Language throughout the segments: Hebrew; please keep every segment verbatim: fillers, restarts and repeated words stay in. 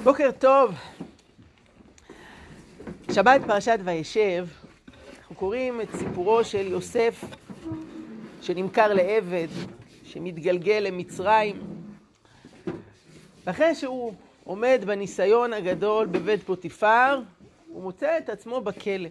בוקר טוב. שבת פרשת וישב, אנחנו קוראים את סיפורו של יוסף שנמכר לעבד, שמתגלגל למצרים. ואחרי שהוא עומד בניסיון הגדול בבית פוטיפר, הוא מוצא את עצמו בכלא.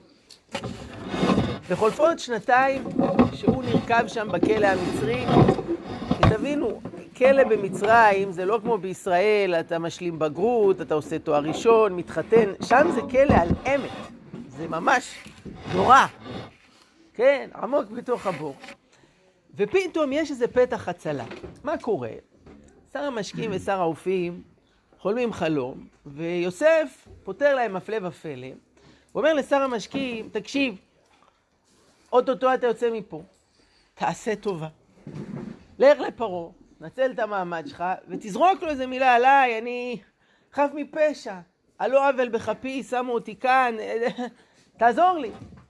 וחולפות שנתיים שהוא נרכב שם בכלא המצרי. ותבינו, כלא במצרים זה לא כמו בישראל, אתה משלים בגרות, אתה עושה תואר ראשון, מתחתן. שם זה כלא על אמת. זה ממש נורא. כן, עמוק בתוך הבור. ופתאום יש איזה פתח הצלה. מה קורה? שר המשקים ושר האופים חולמים חלום, ויוסף פותר להם הפלא ופלא. הוא אומר לשר המשקים, תקשיב, אוטוטו אתה יוצא מפה, תעשה טובה. לך לפרעה, נצל את המעמד שלך, ותזרוק לו איזה מילה עליי, אני חף מפשע, על לא עוול בכפי, שמו אותי כאן, תעזור לי.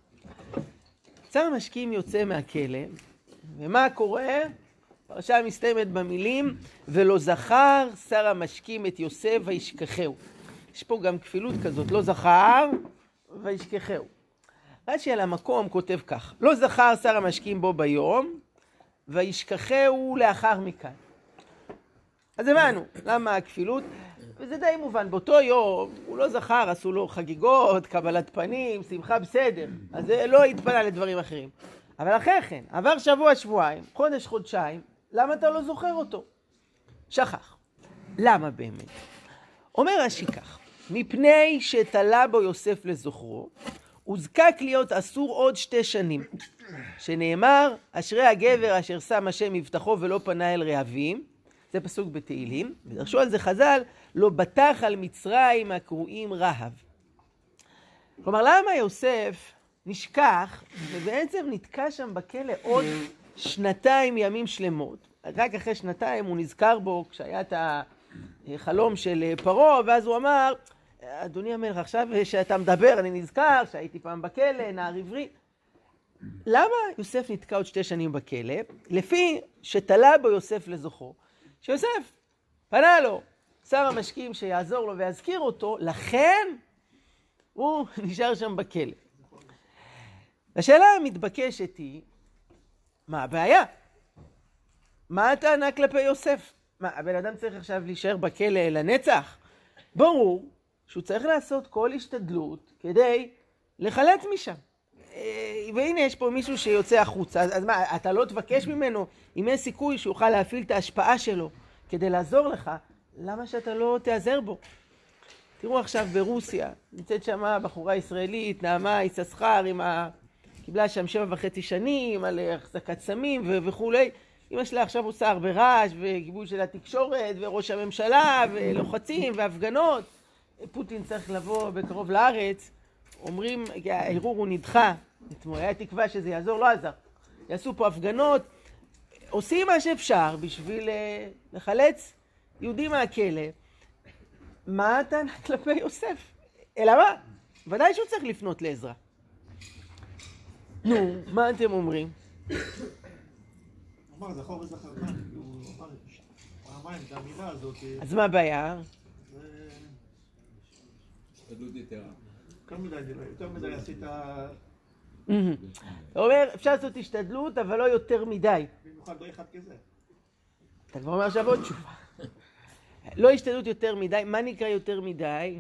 שר המשקים יוצא מהכלא, ומה קורה? פרשה מסתיימת במילים, ולא זכר שר המשקים את יוסף וישכחהו. יש פה גם כפילות כזאת, לא זכר וישכחהו. רש"י על המקום כותב כך, לא זכר שר המשקים בו ביום, וישכחהו לאחר מכן. אז הבנו, למה הכפילות? וזה די מובן, באותו יום הוא לא זכר, עשו לו חגיגות, קבלת פנים, שמחה בסדר, אז זה לא התפנה לדברים אחרים. אבל אחרי כן, עבר שבוע, שבועיים, חודש, חודשיים, למה אתה לא זוכר אותו? שכח. למה באמת? אומר רש"י כך, מפני שתלה בו יוסף לזוכרו, הוא זקק להיות אסור עוד שתי שנים, שנאמר, אשרי הגבר אשר שם השם מבטחו ולא פנה אל רעבים, זה פסוק בתהילים, ודרשו על זה חז"ל, לא בטח על מצרים הקרואים רהב. כלומר, למה יוסף נשכח, ובעצם נתקע שם בכלא עוד שנתיים ימים שלמות. רק אחרי שנתיים הוא נזכר בו, כשהיה את החלום של פרעה, ואז הוא אמר, אדוני המלך, עכשיו שאתה מדבר, אני נזכר שהייתי פעם בכלא, נער עברי. למה יוסף נתקע עוד שתי שנים בכלא? לפי שתלה בו יוסף לזוכרו. שיוסף פנה לו, שר המשקים שיעזור לו ויזכיר אותו, לכן הוא נשאר שם בכלא. השאלה המתבקשת היא, מה הבעיה? מה הטענה כלפי יוסף? מה, הבן אדם צריך עכשיו להישאר בכלא לנצח? ברור שהוא צריך לעשות כל השתדלות כדי לחלץ משם. והנה יש פה מישהו שיוצא החוצה, אז, אז מה, אתה לא תבקש ממנו, אם יש סיכוי שהוא יוכל להפעיל את ההשפעה שלו כדי לעזור לך, למה שאתה לא תעזר בו? תראו עכשיו ברוסיה, נמצאת שם בחורה ישראלית, נעמה יששכר, עם ה... קיבלה שם שבע וחצי שנים על החזקת סמים ו- וכולי. אמא שלה עכשיו עושה הרבה רעש וגיבוי של התקשורת וראש הממשלה ולוחצים והפגנות. פוטין צריך לבוא בקרוב לארץ. אומרים, הערעור הוא נדחה. אתמול היה תקווה שזה יעזור, לא עזר. יעשו פה הפגנות. עושים מה שאפשר בשביל לחלץ יהודים מהכלא. מה הטענה כלפי יוסף? אלא מה? ודאי שהוא צריך לפנות לעזרה. נו, מה אתם אומרים? הוא אמר, זכור וזכר כאן, הוא אמר פעמיים את המילה הזאת. אז מה הבעיה? השתדלות יתרה. יותר מדי, יותר מדי עשית... הוא אומר, אפשר לעשות השתדלות, אבל לא יותר מדי. במיוחד לא אחד כזה. אתה כבר אומר עכשיו עוד תשובה. לא השתדלות יותר מדי, מה נקרא יותר מדי?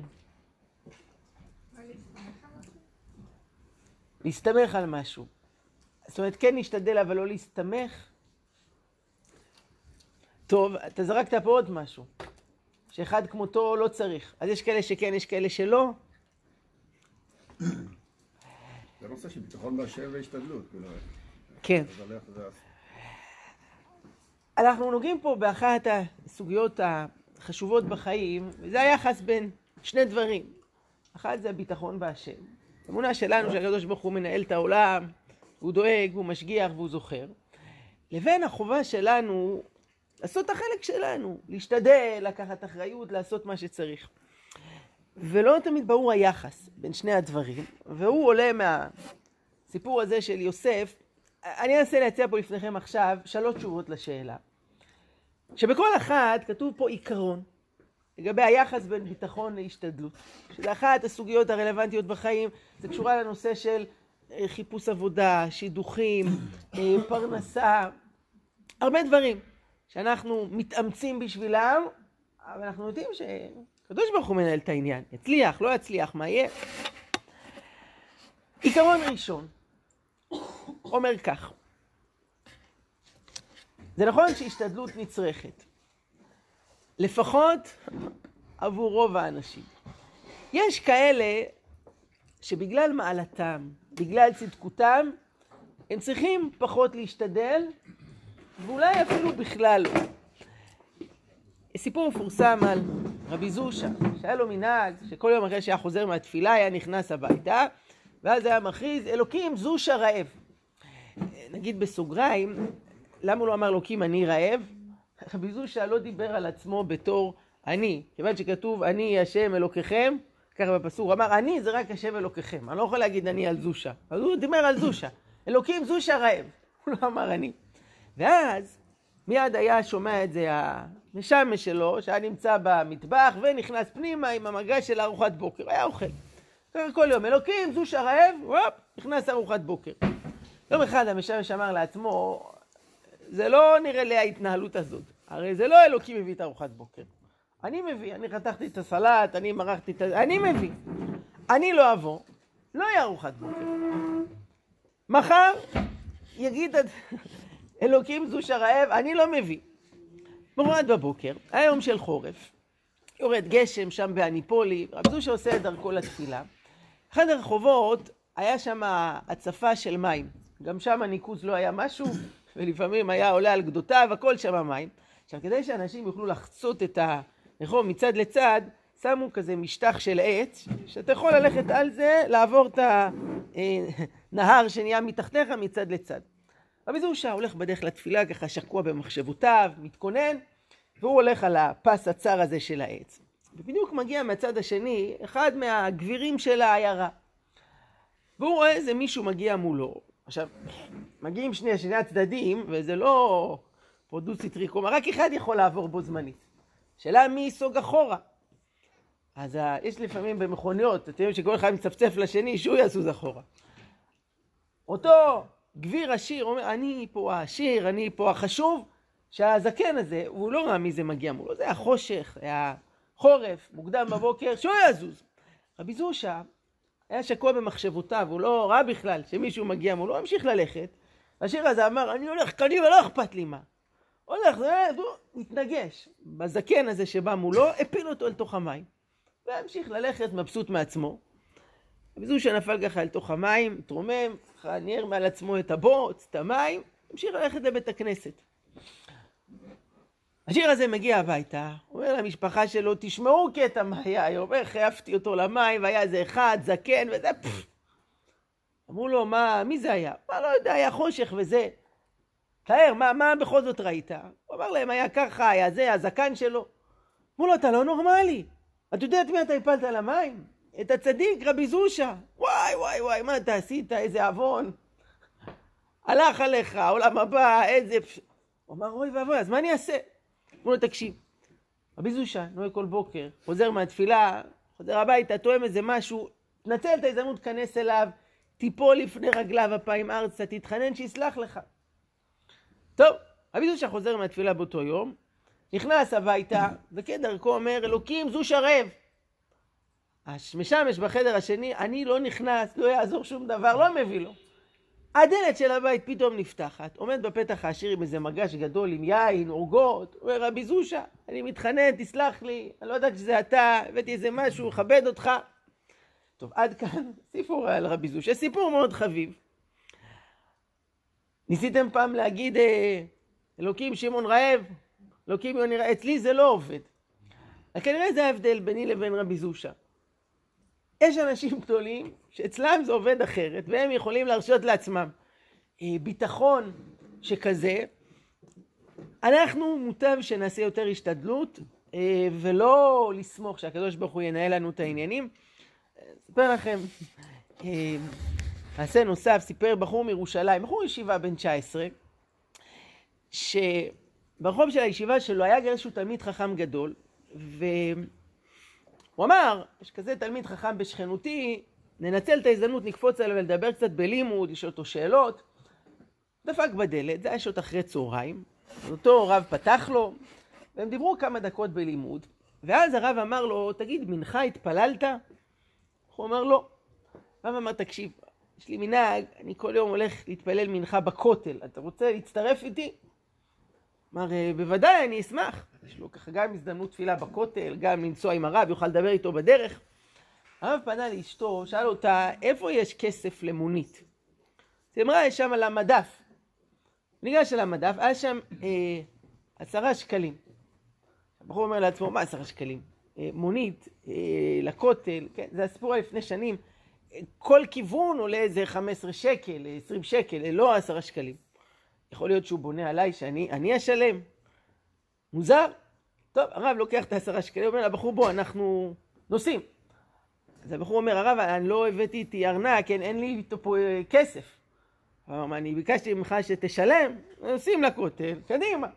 להסתמך על משהו. זאת אומרת, כן להשתדל, אבל לא להסתמך. טוב, אתה זרקת פה עוד משהו. שאחד כמותו לא צריך. אז יש כאלה שכן, יש כאלה שלא. זה נושא של ביטחון בהשם והשתדלות. כן. אנחנו נוגעים פה באחת הסוגיות החשובות בחיים, וזה היחס בין שני דברים. אחד זה הביטחון בהשם. האמונה שלנו שהקדוש ברוך הוא מנהל את העולם, הוא דואג, הוא משגיח והוא זוכר. לבין החובה שלנו לעשות את החלק שלנו, להשתדל, לקחת אחריות, לעשות מה שצריך. ולא תמיד ברור היחס בין שני הדברים, והוא עולה מהסיפור הזה של יוסף. אני אנסה להציע פה לפניכם עכשיו שלוש תשובות לשאלה. שבכל אחת כתוב פה עיקרון. לגבי היחס בין ביטחון להשתדלות. שזה אחת הסוגיות הרלוונטיות בחיים, זה קשורה לנושא של חיפוש עבודה, שידוכים, פרנסה, הרבה דברים שאנחנו מתאמצים בשבילם, אבל אנחנו יודעים שקדוש ברוך הוא מנהל את העניין. יצליח, לא יצליח, מה יהיה? עיקרון ראשון אומר כך, זה נכון שהשתדלות נצרכת, לפחות עבור רוב האנשים. יש כאלה שבגלל מעלתם, בגלל צדקותם, הם צריכים פחות להשתדל, ואולי אפילו בכלל לא. סיפור מפורסם על רבי זושה, שהיה לו מנהג, שכל יום אחרי שהיה חוזר מהתפילה היה נכנס הביתה, ואז היה מכריז, אלוקים זושה רעב. נגיד בסוגריים, למה הוא לא אמר אלוקים אני רעב? רבי זושה לא דיבר על עצמו בתור אני, כיוון שכתוב אני השם אלוקיכם, ככה בפסוק, הוא אמר אני זה רק השם אלוקיכם, אני לא יכול להגיד אני על זושה, אז הוא דיבר על זושה, אלוקים זושה רעב, הוא לא אמר אני. ואז מיד היה שומע את זה המשמש שלו, שהיה נמצא במטבח ונכנס פנימה עם המגש של ארוחת בוקר, היה אוכל. ככה כל יום, אלוקים זושה רעב, וופ, נכנס ארוחת בוקר. יום אחד המשמש אמר לעצמו, זה לא נראה לי ההתנהלות הזאת, הרי זה לא אלוקים מביא את ארוחת בוקר. אני מביא, אני חתכתי את הסלט, אני מרחתי את... אני מביא. אני לא אבוא, לא יהיה ארוחת בוקר. מחר יגיד אלוקים זושה רעב, אני לא מביא. מורד בבוקר, היה יום של חורף, יורד גשם שם באניפולי, רב זושה עושה את דרכו לתפילה. אחד הרחובות היה שם הצפה של מים, גם שם הניקוז לא היה משהו, ולפעמים היה עולה על גדותיו, הכל שם מים. עכשיו, כדי שאנשים יוכלו לחצות את הרחוב מצד לצד, שמו כזה משטח של עץ, שאתה יכול ללכת על זה, לעבור את הנהר שנהיה מתחתיך מצד לצד. רבי זושה הולך בדרך לתפילה, ככה שקוע במחשבותיו, מתכונן, והוא הולך על הפס הצר הזה של העץ. ובדיוק מגיע מהצד השני, אחד מהגבירים של העיירה. והוא רואה איזה מישהו מגיע מולו. עכשיו, מגיעים שני, שני הצדדים, וזה לא פרודוסי טריקומה, רק אחד יכול לעבור בו זמנית. שאלה מי יסוג אחורה. אז יש לפעמים במכוניות, אתם יודעים שכל אחד מצפצף לשני, שהוא יסוג אחורה. אותו גביר עשיר אומר, אני פה העשיר, אני פה החשוב, שהזקן הזה, הוא לא ראה מי זה מגיע מולו, זה היה חושך, היה חורף, מוקדם בבוקר, שהוא יזוז. רבי זושה היה שקוע במחשבותיו, הוא לא ראה בכלל שמישהו מגיע מולו, הוא המשיך ללכת. השיר הזה אמר, אני הולך קדימה, לא אכפת לי מה. הולך, זה, הוא התנגש בזקן הזה שבא מולו, הפיל אותו אל תוך המים. והמשיך ללכת מבסוט מעצמו. רבי זושה נפל ככה אל תוך המים, התרומם, ניער מעל עצמו את הבוץ, את המים, המשיך ללכת לבית הכנסת. השיר הזה מגיע הביתה, אומר למשפחה שלו, תשמעו קטע מה היה היום, איך העפתי אותו למים, והיה איזה אחד, זקן, וזה פפפ. אמרו לו, מה, מי זה היה? מה לא יודע, היה חושך וזה. תאר, מה, מה בכל זאת ראית? הוא אמר להם, היה ככה, היה זה, הזקן שלו. אמרו לו, אתה לא נורמלי. אתה יודע את מי אתה הפלת למים? את הצדיק, רבי זושה. וואי, וואי, וואי, מה אתה עשית? איזה אבון. הלך עליך, עולם הבא, איזה... הוא אמר, אוי ואבוי, אז מה אני אעשה? אמרו לו, תקשיב. רבי זושה, נוהג כל בוקר, חוזר מהתפילה, חוזר הביתה, תואם איזה משהו, תנצל את ההזדמנות, כנס אליו, תיפול לפני רגליו הפעמים ארצה, תתחנן שיסלח לך. טוב, רבי זושה חוזר מהתפילה באותו יום, נכנס הביתה, וכדרכו אומר, אלוקים זושה רעב. המשמש בחדר השני, אני לא נכנס, לא יעזור שום דבר, לא מביא לו. הדלת של הבית פתאום נפתחת, עומד בפתח העשיר עם איזה מגש גדול עם יין, עוגות, אומר רבי זושה, אני מתחנן, תסלח לי, אני לא יודעת שזה אתה, הבאתי איזה משהו, כבד אותך. טוב, עד כאן סיפור על רבי זושה, סיפור מאוד חביב. ניסיתם פעם להגיד, אלוקים שמעון רעב, אלוקים יוני רעב, אצלי זה לא עובד. כנראה זה ההבדל ביני לבין רבי זושה. יש אנשים גדולים שאצלם זה עובד אחרת, והם יכולים להרשות לעצמם ביטחון שכזה. אנחנו מוטב שנעשה יותר השתדלות, ולא לסמוך שהקדוש ברוך הוא ינהל לנו את העניינים. אספר לכם, מעשה נוסף, סיפר בחור מירושלים, בחור ישיבה בן תשע עשרה, שברחוב של הישיבה שלו היה גרשו תלמיד חכם גדול, והוא אמר, יש כזה תלמיד חכם בשכנותי, ננצל את ההזדמנות, נקפוץ עליו ולדבר קצת בלימוד, לשאול אותו שאלות. דפק בדלת, זה היה שעות אחרי צהריים, אז אותו רב פתח לו, והם דיברו כמה דקות בלימוד, ואז הרב אמר לו, תגיד, מנחה התפללת? הוא אמר לא. הרב אמר, תקשיב, יש לי מנהג, אני כל יום הולך להתפלל מנחה בכותל, אתה רוצה להצטרף איתי? אמר, בוודאי, אני אשמח. יש לו ככה גם הזדמנות תפילה בכותל, גם לנסוע עם הרב, יוכל לדבר איתו בדרך. הרב פנה לאשתו, שאל אותה, איפה יש כסף למונית? היא אמרה, יש שם על המדף. ניגש על המדף, היה שם אה, עשרה שקלים. הבחור אומר לעצמו, מה עשרה שקלים? אה, מונית, אה, לכותל, כן, זה הסיפור לפני שנים. אה, כל כיוון עולה איזה חמישה עשר שקל, עשרים שקל, לא עשרה שקלים. יכול להיות שהוא בונה עליי שאני אני אשלם. מוזר. טוב, הרב לוקח את העשרה שקלים, אומר לבחור, בוא, אנחנו נוסעים. אז הבחור אומר, הרב, אני לא הבאתי איתי ארנק, כן, אין לי איתו פה אה, כסף. אבל אני ביקשתי ממך שתשלם, נוסעים לכותל, קדימה.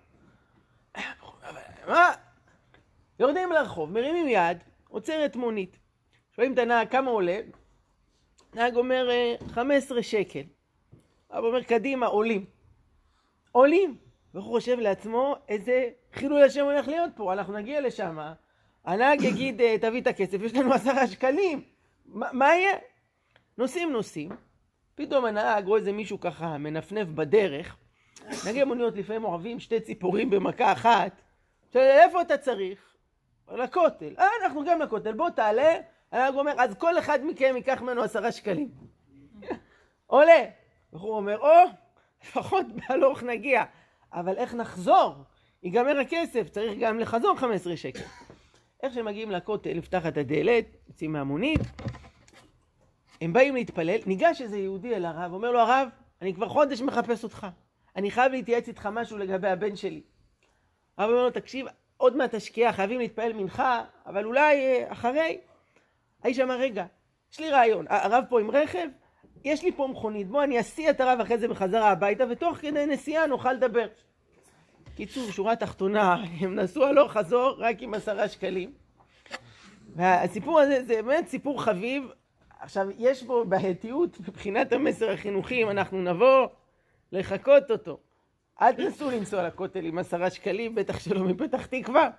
מה? יורדים לרחוב, מרימים יד, עוצרת מונית. שואלים את הנהג כמה עולה, נהג אומר חמישה עשר שקל. אבל אומר קדימה, עולים. עולים. והוא חושב לעצמו איזה חילול השם הולך להיות פה, אנחנו נגיע לשם. הנהג יגיד תביא את הכסף, יש לנו עשרה שקלים. מה, מה יהיה? נוסעים נוסעים. פתאום הנהג רואה איזה מישהו ככה מנפנף בדרך. נהגי מוניות לפעמים אוהבים שתי ציפורים במכה אחת. איפה אתה צריך? לכותל. אה, אנחנו גם לכותל. בוא תעלה. הנהג אומר, אז כל אחד מכם ייקח ממנו עשרה שקלים. עולה. והוא אומר, או, לפחות בהלוך נגיע. אבל איך נחזור? ייגמר הכסף, צריך גם לחזור חמישה עשר שקל. איך שמגיעים לכותל, לפתח את הדלת, יוצאים מהמונית, הם באים להתפלל, ניגש איזה יהודי אל הרב, אומר לו, הרב, אני כבר חודש מחפש אותך. אני חייב להתייעץ איתך משהו לגבי הבן שלי. הרב אומר לו, תקשיב, עוד מעט תשקיע, חייבים להתפעל מנחה, אבל אולי אחרי. האיש אמר, רגע, יש לי רעיון, הרב פה עם רכב, יש לי פה מכונית, בוא אני אסיע את הרב אחרי זה בחזרה הביתה, ותוך כדי נסיעה נוכל לדבר. קיצור, שורה תחתונה, הם נסעו הלוך חזור רק עם עשרה שקלים. והסיפור הזה זה באמת סיפור חביב. עכשיו, יש בו בעייתיות מבחינת המסר החינוכי, אם אנחנו נבוא לחכות אותו. אל תנסו לנסוע לכותל עם עשרה שקלים, בטח שלא מפתח תקווה.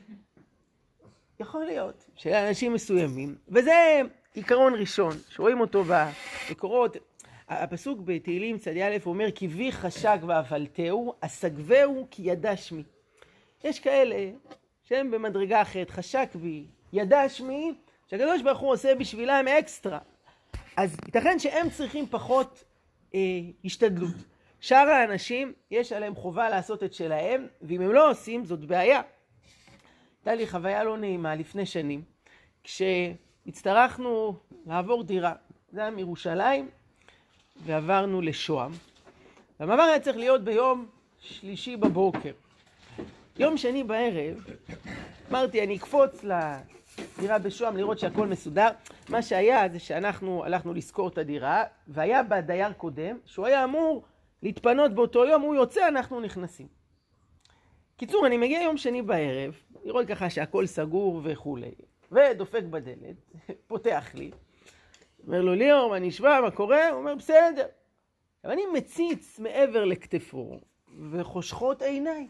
יכול להיות שלאנשים מסוימים, וזה עיקרון ראשון, שרואים אותו במקורות. הפסוק בתהילים צד א' אומר, כי בי חשק ואבלתהו, אסגבהו כי ידע שמי. יש כאלה שהם במדרגה אחרת, חשק בי, ידע שמי, שהקדוש ברוך הוא עושה בשבילם אקסטרה. אז ייתכן שהם צריכים פחות אה, השתדלות. שאר האנשים, יש עליהם חובה לעשות את שלהם, ואם הם לא עושים, זאת בעיה. הייתה לי חוויה לא נעימה לפני שנים, כשהצטרכנו לעבור דירה. זה היה מירושלים, ועברנו לשוהם. והמעבר היה צריך להיות ביום שלישי בבוקר. יום שני בערב, אמרתי, אני אקפוץ לדירה בשוהם לראות שהכל מסודר. מה שהיה זה שאנחנו הלכנו לזכור את הדירה, והיה בה דייר קודם, שהוא היה אמור להתפנות באותו יום, הוא יוצא, אנחנו נכנסים. קיצור, אני מגיע יום שני בערב, לראות ככה שהכל סגור וכולי, ודופק בדלת, פותח לי, אומר לו, ליאור, מה נשמע, מה קורה? הוא אומר, בסדר. אבל אני מציץ מעבר לכתפו, וחושכות עיניי.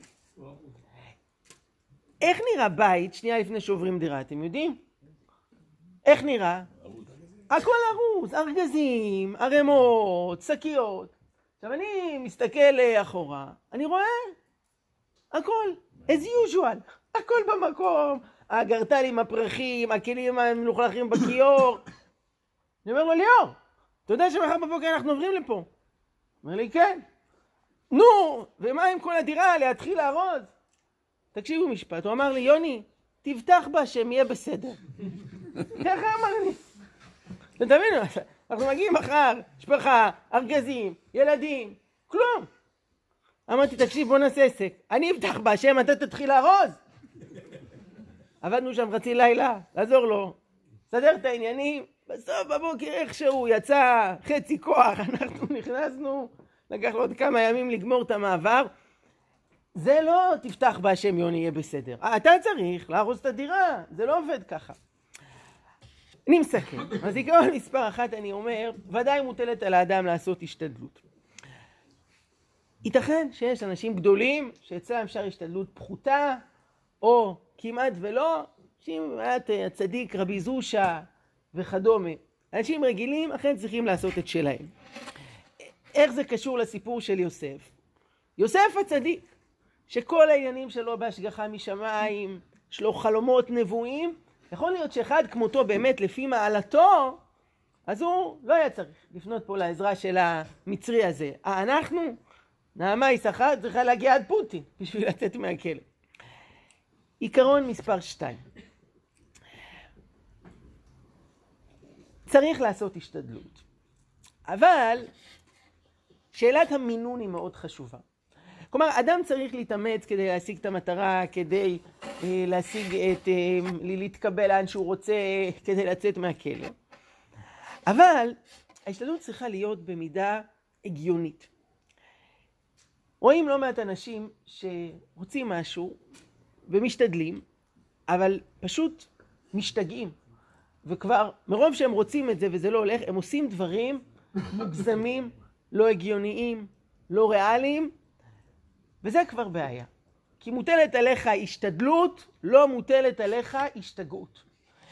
איך נראה בית, שנייה לפני שעוברים דירה, אתם יודעים? איך נראה? הכל ארוז, ארגזים, ערמות, שקיות. עכשיו אני מסתכל אחורה, אני רואה הכל, as usual, הכל במקום, הגרטלים, הפרחים, הכלים המלוכלכים בכיור. אני אומר לו, ליאור, אתה יודע שמחר בבוקר אנחנו עוברים לפה? הוא אומר לי, כן. נו, ומה עם כל הדירה, להתחיל לארוז? תקשיבו משפט, הוא אמר לי, יוני, תבטח בה שהם יהיה בסדר. ככה אמר לי. ותבינו, אנחנו מגיעים מחר, משפחה, ארגזים, ילדים, כלום. אמרתי, תקשיב, בוא נעשה עסק. אני אבטח בה שהם, אתה תתחיל לארוז. עבדנו שם חצי לילה, לעזור לו, סדר את העניינים. בסוף בבוקר איכשהו יצא חצי כוח, אנחנו נכנסנו, לקח לו עוד כמה ימים לגמור את המעבר. זה לא תפתח בהשם יוני יהיה בסדר. אתה צריך להרוס את הדירה, זה לא עובד ככה. אני מסכם. אז עיקרון מספר אחת אני אומר, ודאי מוטלת על האדם לעשות השתדלות. ייתכן שיש אנשים גדולים שאצלם אפשר השתדלות פחותה, או כמעט ולא, אנשים מעט הצדיק רבי זושה וכדומה. אנשים רגילים אכן צריכים לעשות את שלהם. איך זה קשור לסיפור של יוסף? יוסף הצדיק, שכל העניינים שלו בהשגחה משמיים, יש לו חלומות נבואים, יכול להיות שאחד כמותו באמת לפי מעלתו, אז הוא לא היה צריך לפנות פה לעזרה של המצרי הזה. אנחנו, נעמה יששכר, צריכה להגיע עד פוטין בשביל לצאת מהכלא. עיקרון מספר שתיים. צריך לעשות השתדלות. אבל שאלת המינון היא מאוד חשובה. כלומר, אדם צריך להתאמץ כדי להשיג את המטרה, כדי אה, להשיג את, אה, להתקבל לאן שהוא רוצה, כדי לצאת מהכלא. אבל ההשתדלות צריכה להיות במידה הגיונית. רואים לא מעט אנשים שרוצים משהו ומשתדלים, אבל פשוט משתגעים. וכבר מרוב שהם רוצים את זה וזה לא הולך, הם עושים דברים מוגזמים, לא הגיוניים, לא ריאליים, וזה כבר בעיה. כי מוטלת עליך השתדלות, לא מוטלת עליך השתגעות.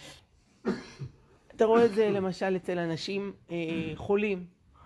אתה רואה את זה למשל אצל אנשים אה, חולים,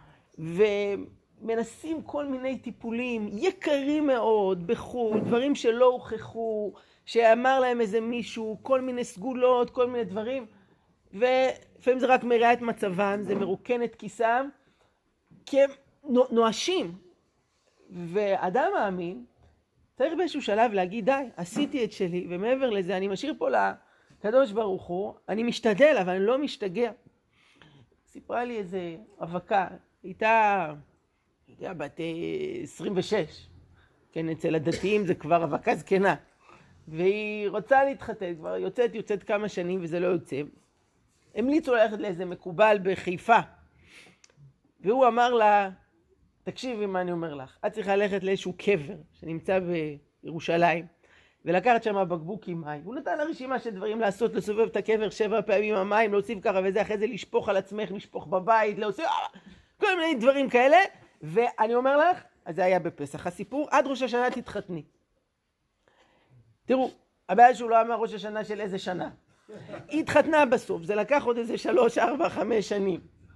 ומנסים כל מיני טיפולים יקרים מאוד בחו"ל, דברים שלא הוכחו, שאמר להם איזה מישהו, כל מיני סגולות, כל מיני דברים, ולפעמים זה רק מראה את מצבם, זה מרוקן את כיסם, כי הם נואשים. ואדם מאמין צריך באיזשהו שלב להגיד די, עשיתי את שלי, ומעבר לזה אני משאיר פה לקדוש ברוך הוא, אני משתדל אבל אני לא משתגע. סיפרה לי איזה אבקה, הייתה יודע, בת עשרים ושש, כן, אצל הדתיים זה כבר אבקה זקנה, והיא רוצה להתחתן, כבר יוצאת יוצאת כמה שנים וזה לא יוצא. המליצו ללכת לאיזה מקובל בחיפה, והוא אמר לה, תקשיבי מה אני אומר לך, את צריכה ללכת לאיזשהו קבר שנמצא בירושלים, ולקחת שם בקבוק עם מים. הוא נתן לה רשימה של דברים לעשות, לסובב את הקבר שבע פעמים המים, להוסיף ככה וזה, אחרי זה לשפוך על עצמך, לשפוך בבית, להוסיף, כל מיני דברים כאלה. ואני אומר לך, אז זה היה בפסח הסיפור, עד ראש השנה תתחתני. תראו, הבעיה שהוא לא אמר ראש השנה של איזה שנה. היא התחתנה בסוף, זה לקח עוד איזה שלוש, ארבע, חמש שנים.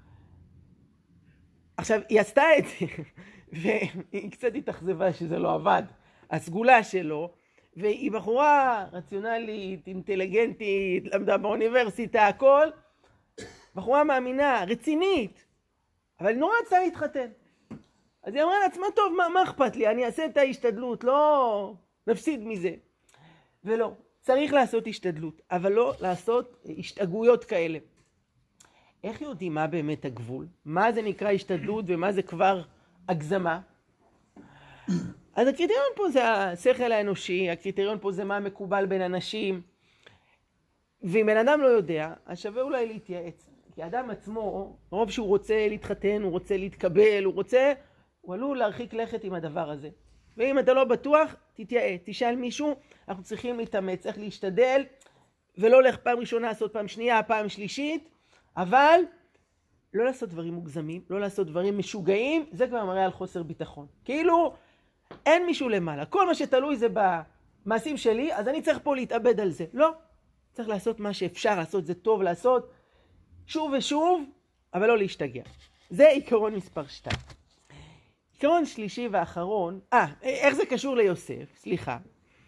עכשיו, היא עשתה את זה, והיא קצת התאכזבה שזה לא עבד, הסגולה שלו, והיא בחורה רציונלית, אינטליגנטית, למדה באוניברסיטה, הכל, בחורה מאמינה, רצינית, אבל היא נורא רצתה להתחתן. אז היא אמרה לעצמה, טוב, מה, מה אכפת לי? אני אעשה את ההשתדלות, לא נפסיד מזה. ולא, צריך לעשות השתדלות, אבל לא לעשות השתגעויות כאלה. איך יודעים מה באמת הגבול? מה זה נקרא השתדלות ומה זה כבר הגזמה? אז הקריטריון פה זה השכל האנושי, הקריטריון פה זה מה מקובל בין אנשים. ואם בן אדם לא יודע, אז שווה אולי להתייעץ. כי אדם עצמו, רוב שהוא רוצה להתחתן, הוא רוצה להתקבל, הוא רוצה, הוא עלול להרחיק לכת עם הדבר הזה. ואם אתה לא בטוח, תתייעץ, תשאל מישהו, אנחנו צריכים להתאמץ, צריך להשתדל, ולא הולך פעם ראשונה לעשות פעם שנייה, פעם שלישית, אבל לא לעשות דברים מוגזמים, לא לעשות דברים משוגעים, זה כבר מראה על חוסר ביטחון. כאילו אין מישהו למעלה, כל מה שתלוי זה במעשים שלי, אז אני צריך פה להתאבד על זה. לא, צריך לעשות מה שאפשר לעשות, זה טוב לעשות שוב ושוב, אבל לא להשתגע. זה עיקרון מספר שתיים. עיקרון שלישי ואחרון, אה, איך זה קשור ליוסף? סליחה.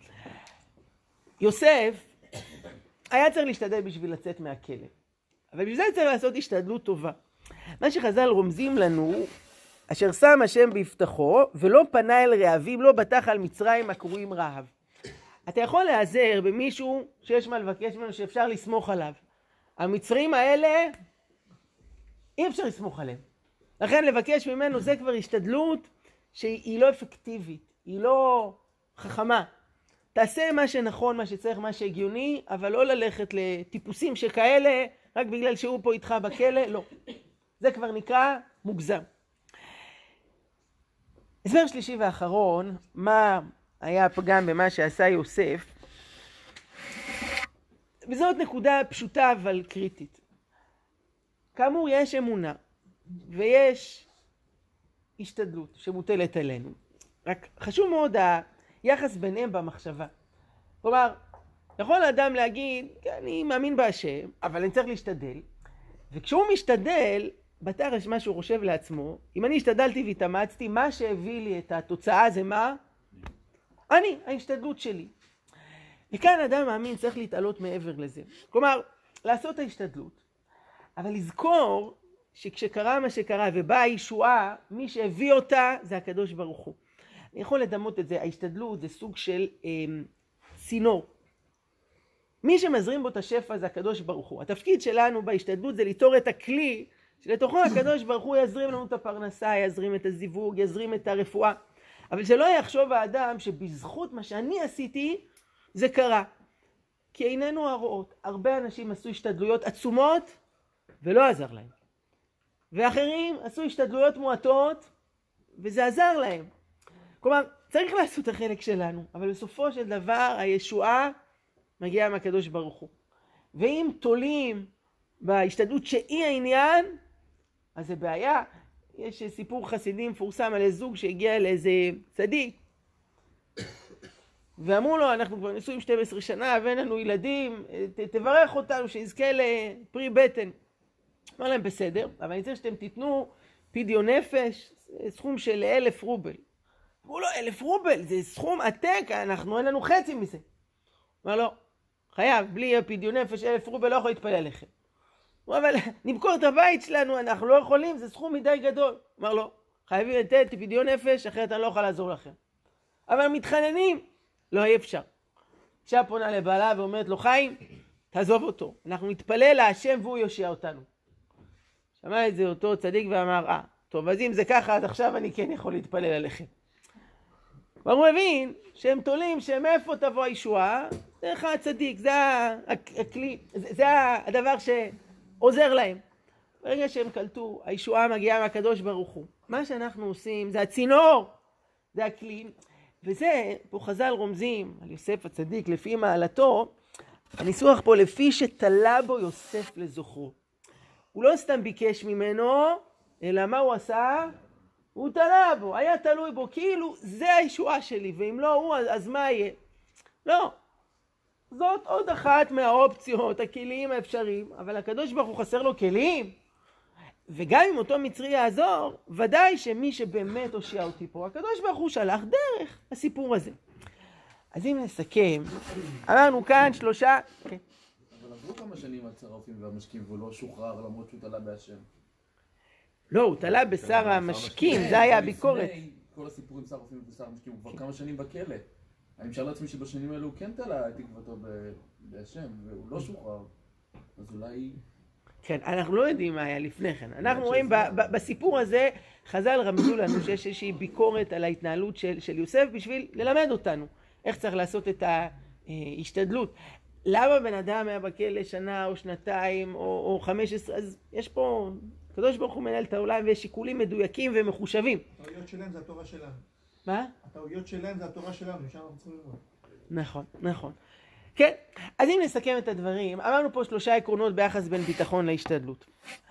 יוסף היה צריך להשתדל בשביל לצאת מהכלא. אבל בשביל זה צריך לעשות השתדלות טובה. מה שחז"ל רומזים לנו, אשר שם השם ביפתחו, ולא פנה אל רעבים, לא בטח על מצרים הקרויים רעב. אתה יכול להיעזר במישהו שיש מה לבקש ממנו, שאפשר לסמוך עליו. המצרים האלה, אי אפשר לסמוך עליהם. לכן לבקש ממנו זה כבר השתדלות שהיא לא אפקטיבית, היא לא חכמה. תעשה מה שנכון, מה שצריך, מה שהגיוני, אבל לא ללכת לטיפוסים שכאלה, רק בגלל שהוא פה איתך בכלא, לא. זה כבר נקרא מוגזם. הסבר שלישי ואחרון, מה היה פגם במה שעשה יוסף. וזאת נקודה פשוטה אבל קריטית. כאמור, יש אמונה ויש השתדלות שמוטלת עלינו. רק חשוב מאוד היחס ביניהם במחשבה. כלומר, יכול האדם להגיד, אני מאמין בהשם, אבל אני צריך להשתדל. וכשהוא משתדל, בתרש מה שהוא חושב לעצמו, אם אני השתדלתי והתאמצתי, מה שהביא לי את התוצאה זה מה? אני, ההשתדלות שלי. וכאן אדם מאמין צריך להתעלות מעבר לזה. כלומר, לעשות ההשתדלות, אבל לזכור שכשקרה מה שקרה ובאה הישועה, מי שהביא אותה זה הקדוש ברוך הוא. אני יכול לדמות את זה, ההשתדלות זה סוג של אה, צינור. מי שמזרים בו את השפע זה הקדוש ברוך הוא. התפקיד שלנו בהשתדלות זה ליצור את הכלי שלתוכו הקדוש ברוך הוא יזרים לנו את הפרנסה, יזרים את הזיווג, יזרים את הרפואה. אבל שלא יחשוב האדם שבזכות מה שאני עשיתי זה קרה. כי איננו הרואות. הרבה אנשים עשו השתדלויות עצומות ולא עזר להם. ואחרים עשו השתדלויות מועטות וזה עזר להם. כלומר, צריך לעשות את החלק שלנו, אבל בסופו של דבר הישועה מגיעה מהקדוש ברוך הוא. ואם תולים בהשתדלות שהיא העניין, אז זה בעיה. יש סיפור חסידים מפורסם על זוג שהגיע לאיזה צדיק, ואמרו לו, אנחנו כבר נשואים שתים עשרה שנה ואין לנו ילדים, ת, תברך אותנו שיזכה לפרי בטן. אמר להם בסדר, אבל אני צריך שאתם תיתנו פדיון נפש, סכום של אלף רובל. אמרו לו, אלף רובל, זה סכום עתק, אנחנו אין לנו חצי מזה. אמר לו, חייב, בלי פדיון נפש, אלף רובל לא יכול להתפלל לכם. הוא אבל נמכור את הבית שלנו, אנחנו לא יכולים, זה סכום מדי גדול. אמר לו, חייבים לתת פדיון נפש, אחרת אני לא יכול לעזור לכם. אבל מתחננים, לא אי אפשר. אישה פונה לבעלה ואומרת לו, חיים, תעזוב אותו, אנחנו נתפלל להשם והוא יושיע אותנו. שמע את זה אותו צדיק ואמר, אה, טוב, אז אם זה ככה, אז עכשיו אני כן יכול להתפלל עליכם. והוא מבין שהם תולים שמאיפה תבוא הישועה, דרך הצדיק, זה הכלי, זה, זה הדבר שעוזר להם. ברגע שהם קלטו, הישועה מגיעה מהקדוש ברוך הוא. מה שאנחנו עושים זה הצינור, זה הכלי. וזה, פה חז"ל רומזים על יוסף הצדיק לפי מעלתו, הניסוח פה לפי שתלה בו יוסף לזוכרו. הוא לא סתם ביקש ממנו, אלא מה הוא עשה? הוא תלה בו, היה תלוי בו, כאילו זה הישועה שלי, ואם לא הוא, אז, אז מה יהיה? לא. זאת עוד אחת מהאופציות, הכלים האפשריים, אבל הקדוש ברוך הוא חסר לו כלים. וגם אם אותו מצרי יעזור, ודאי שמי שבאמת הושיע אותי פה, הקדוש ברוך הוא שלח דרך הסיפור הזה. אז אם נסכם, אמרנו כאן שלושה... כן. אבל עברו כמה שנים הצרפים והמשקים והוא לא שוחרר למרות שהוא תלה בהשם. לא, הוא תלה בשר המשקים, זה היה הביקורת. כל הסיפורים צרפים ובשר המשקים, הוא כבר כמה שנים בכלא. אני משאר לעצמי שבשנים האלו הוא כן תלה את תקוותו בהשם, והוא לא שוחרר. אז אולי... כן, אנחנו לא יודעים מה היה לפני כן. אנחנו רואים בסיפור הזה, חז"ל רמזו לנו שיש איזושהי ביקורת על ההתנהלות של, של יוסף בשביל ללמד אותנו איך צריך לעשות את ההשתדלות. למה בן אדם היה בכלא שנה או שנתיים או, או חמש עשרה, אז יש פה, הקדוש ברוך הוא מנהל את העולם ויש שיקולים מדויקים ומחושבים. הטעויות שלהם זה התורה שלנו. מה? הטעויות שלהם זה התורה שלנו, משם אנחנו צריכים ללמוד. נכון, נכון. כן, אז אם נסכם את הדברים, אמרנו פה שלושה עקרונות ביחס בין ביטחון להשתדלות.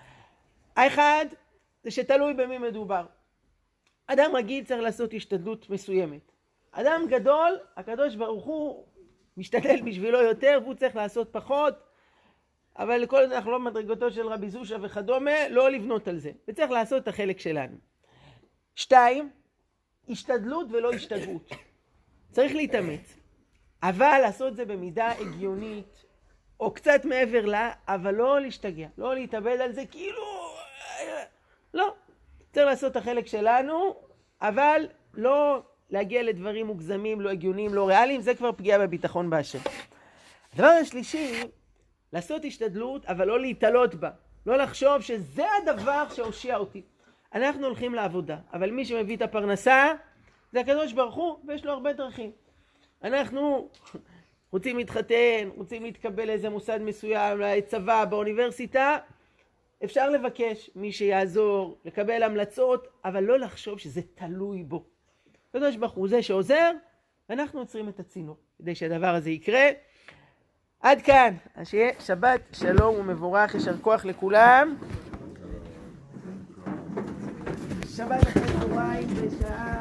האחד, זה שתלוי במי מדובר. אדם רגיל צריך לעשות השתדלות מסוימת. אדם גדול, הקדוש ברוך הוא משתדל בשבילו יותר, והוא צריך לעשות פחות, אבל לכל זה אנחנו לא מדרגתו של רבי זושה וכדומה, לא לבנות על זה. וצריך לעשות את החלק שלנו. שתיים, השתדלות ולא השתגעות. צריך להתאמץ. אבל לעשות זה במידה הגיונית, או קצת מעבר לה, אבל לא להשתגע, לא להתאבד על זה, כאילו, לא. צריך לעשות את החלק שלנו, אבל לא להגיע לדברים מוגזמים, לא הגיוניים, לא ריאליים, זה כבר פגיעה בביטחון בהשם. הדבר השלישי, לעשות השתדלות, אבל לא להתעלות בה. לא לחשוב שזה הדבר שהושיע אותי. אנחנו הולכים לעבודה, אבל מי שמביא את הפרנסה, זה הקדוש ברוך הוא, ויש לו הרבה דרכים. אנחנו רוצים להתחתן, רוצים להתקבל לאיזה מוסד מסוים, לצבא, באוניברסיטה, אפשר לבקש מי שיעזור, לקבל המלצות, אבל לא לחשוב שזה תלוי בו. הקדוש ברוך הוא זה שעוזר, ואנחנו עוצרים את הצינור כדי שהדבר הזה יקרה. עד כאן, אז שיהיה שבת שלום ומבורך, יישר כוח לכולם. שבת אחרי צהריים בשעה